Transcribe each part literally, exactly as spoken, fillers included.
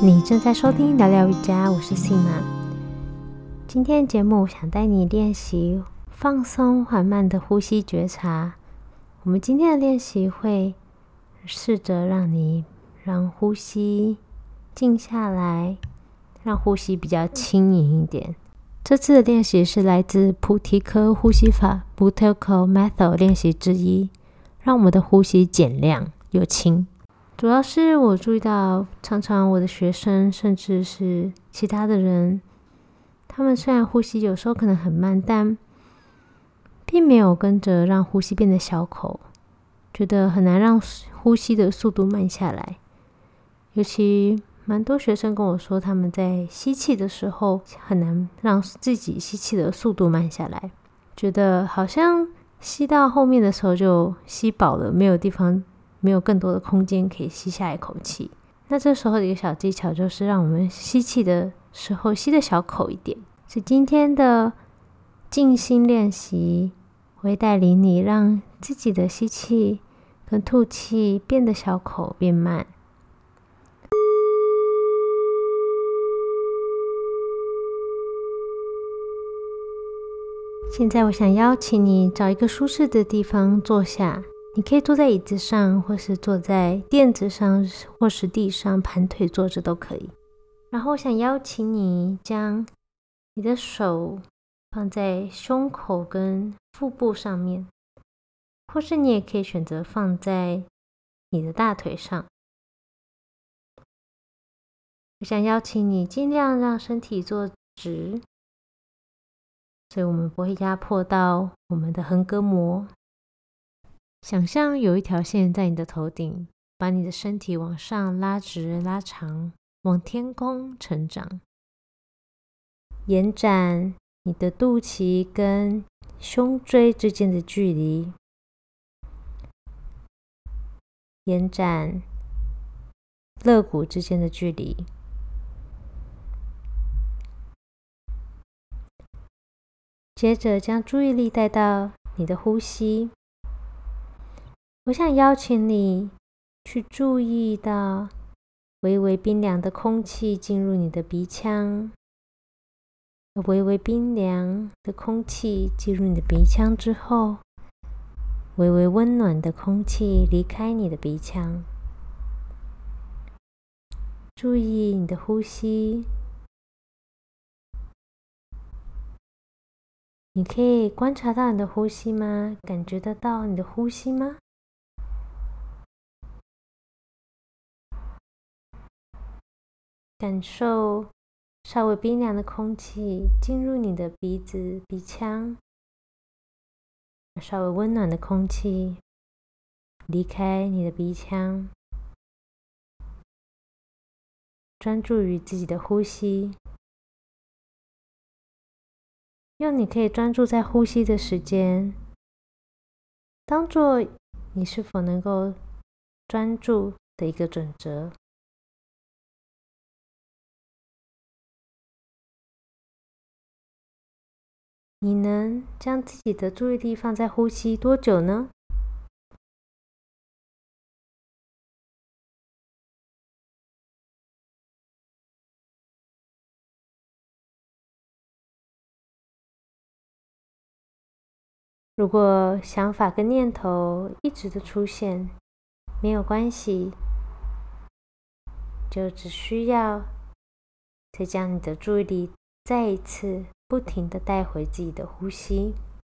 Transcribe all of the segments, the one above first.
你正在收听聊聊瑜伽，我是 Sima。今天的节目想带你练习放松缓慢的呼吸觉察。我们今天的练习会试着让你让呼吸静下来，让呼吸比较轻盈一点。这次的练习是来自菩提科呼吸法 Buteyko Method 练习之一，让我们的呼吸减量又轻。主要是我注意到，常常我的学生甚至是其他的人，他们虽然呼吸有时候可能很慢，但并没有跟着让呼吸变得小口，觉得很难让呼吸的速度慢下来。尤其蛮多学生跟我说，他们在吸气的时候很难让自己吸气的速度慢下来，觉得好像吸到后面的时候就吸饱了，没有地方没有更多的空间可以吸下一口气。那这时候的一个小技巧就是让我们吸气的时候吸的小口一点。所以今天的静心练习会带领你让自己的吸气跟吐气变得小口变慢。现在我想邀请你找一个舒适的地方坐下，你可以坐在椅子上，或是坐在垫子上，或是地上盘腿坐着都可以。然后我想邀请你将你的手放在胸口跟腹部上面，或是你也可以选择放在你的大腿上。我想邀请你尽量让身体坐直，所以我们不会压迫到我们的横膈膜。想象有一条线在你的头顶，把你的身体往上拉直拉长，往天空成长，延展你的肚脐跟胸椎之间的距离，延展肋骨之间的距离。接着将注意力带到你的呼吸。我想邀请你去注意到微微冰凉的空气进入你的鼻腔，微微冰凉的空气进入你的鼻腔之后，微微温暖的空气离开你的鼻腔。注意你的呼吸，你可以观察到你的呼吸吗？感觉得到你的呼吸吗？感受稍微冰凉的空气进入你的鼻子、鼻腔，稍微温暖的空气离开你的鼻腔。专注于自己的呼吸，用你可以专注在呼吸的时间，当作你是否能够专注的一个准则。你能将自己的注意力放在呼吸多久呢？如果想法跟念头一直的出现，没有关系，就只需要再将你的注意力再一次不停的带回自己的呼吸。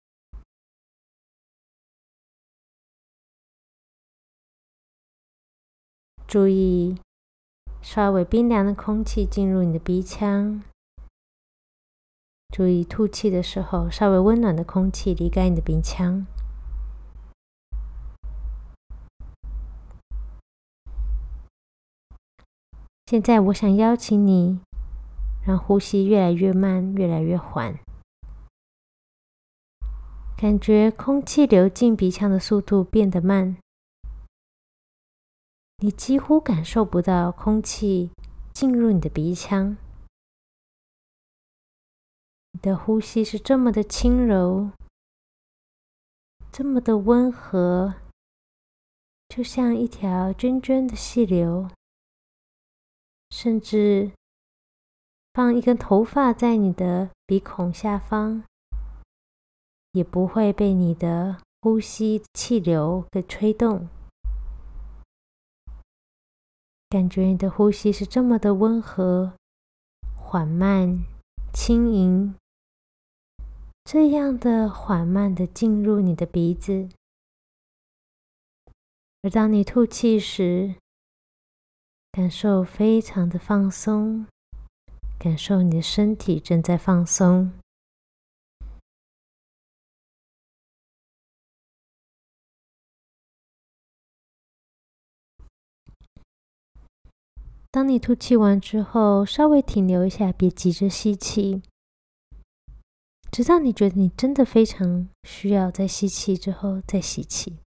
注意稍微冰凉的空气进入你的鼻腔，注意吐气的时候，稍微温暖的空气离开你的鼻腔。现在我想邀请你，让呼吸越来越慢，越来越缓，感觉空气流进鼻腔的速度变得慢，你几乎感受不到空气进入你的鼻腔。你的呼吸是这么的轻柔，这么的温和，就像一条涓涓的细流， 甚至放一根头发在你的鼻孔下方，也不会被你的呼吸气流给吹动。感觉你的呼吸是这么的温和、缓慢、轻盈，这样的缓慢的进入你的鼻子。而当你吐气时，感受非常的放松，感受你的身体正在放松。当你吐气完之后，稍微停留一下，别急着吸气，直到你觉得你真的非常需要再吸气之后再吸气。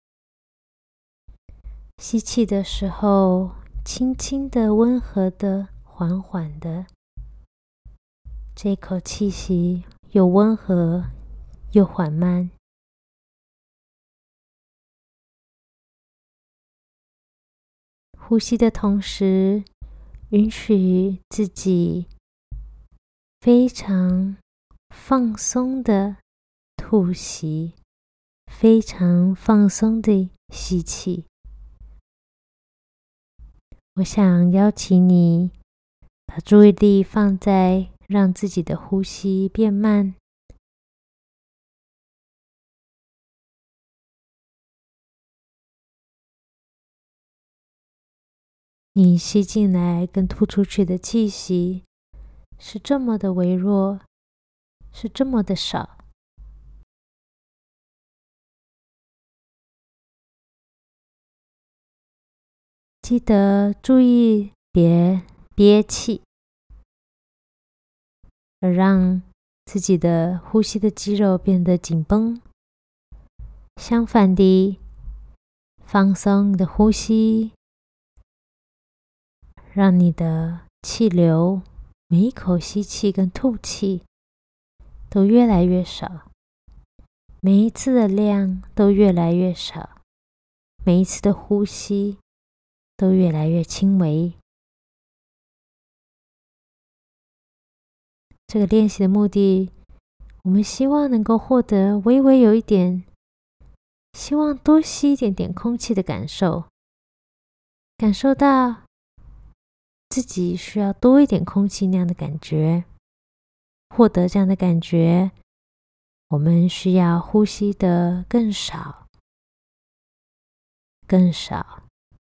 吸气的时候，轻轻的、温和的、缓缓的，这口气息又温和又缓慢。呼吸的同时，允许自己非常放松的吐息，非常放松的吸气。我想邀请你把注意力放在让自己的呼吸变慢，你吸进来跟吐出去的气息是这么的微弱，是这么的少。记得注意别憋气，而让自己的呼吸的肌肉变得紧绷。相反地，放松你的呼吸，让你的气流每一口吸气跟吐气都越来越少，每一次的量都越来越少，每一次的呼吸都越来越轻微。这个练习的目的，我们希望能够获得微微有一点，希望多吸一点点空气的感受，感受到自己需要多一点空气那样的感觉。获得这样的感觉，我们需要呼吸的更少，更少。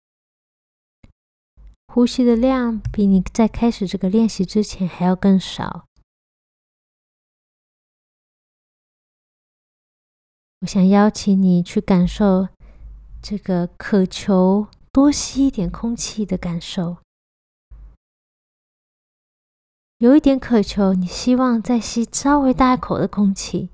呼吸的量比你在开始这个练习之前还要更少。我想邀请你去感受这个渴求多吸一点空气的感受。有一点渴求，你希望再吸稍微大一口的空气。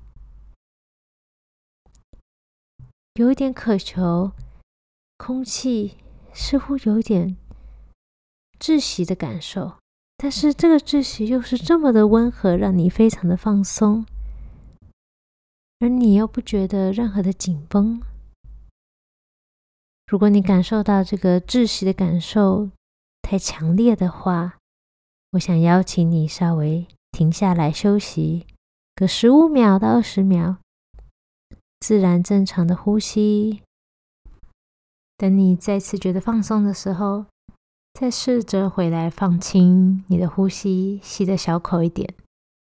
有一点渴求，空气似乎有一点窒息的感受，但是这个窒息又是这么的温和，让你非常的放松，而你又不觉得任何的紧绷。如果你感受到这个窒息的感受太强烈的话，我想邀请你稍微停下来休息个十五秒到二十秒，自然正常的呼吸。等你再次觉得放松的时候，再试着回来放轻你的呼吸，吸得小口一点，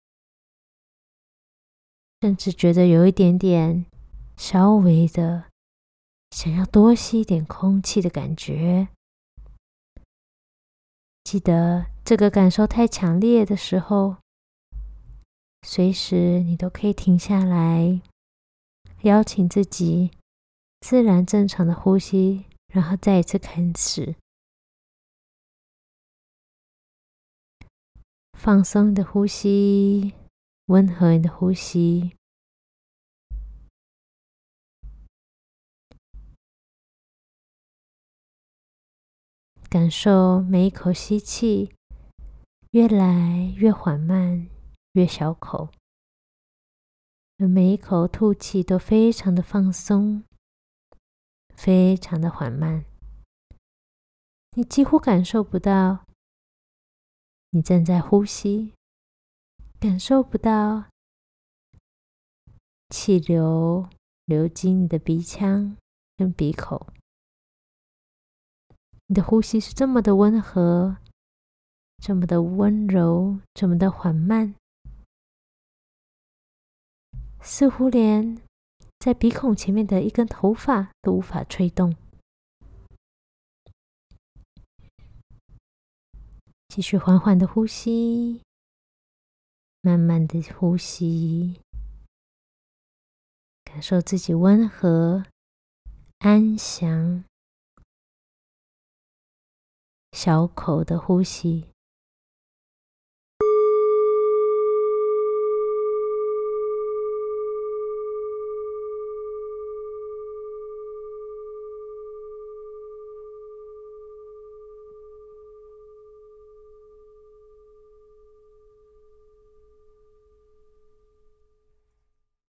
甚至觉得有一点点稍微的想要多吸一点空气的感觉。记得这个感受太强烈的时候，随时你都可以停下来，邀请自己自然正常的呼吸，然后再一次开始。放松你的呼吸，温和你的呼吸。感受每一口吸气越来越缓慢，越小口，而每一口吐气都非常的放松，非常的缓慢。你几乎感受不到你正在呼吸，感受不到气流流进你的鼻腔跟鼻口。你的呼吸是这么的温和，这么的温柔，这么的缓慢，似乎连在鼻孔前面的一根头发都无法吹动。继续缓缓的呼吸，慢慢的呼吸，感受自己温和、安详、小口的呼吸。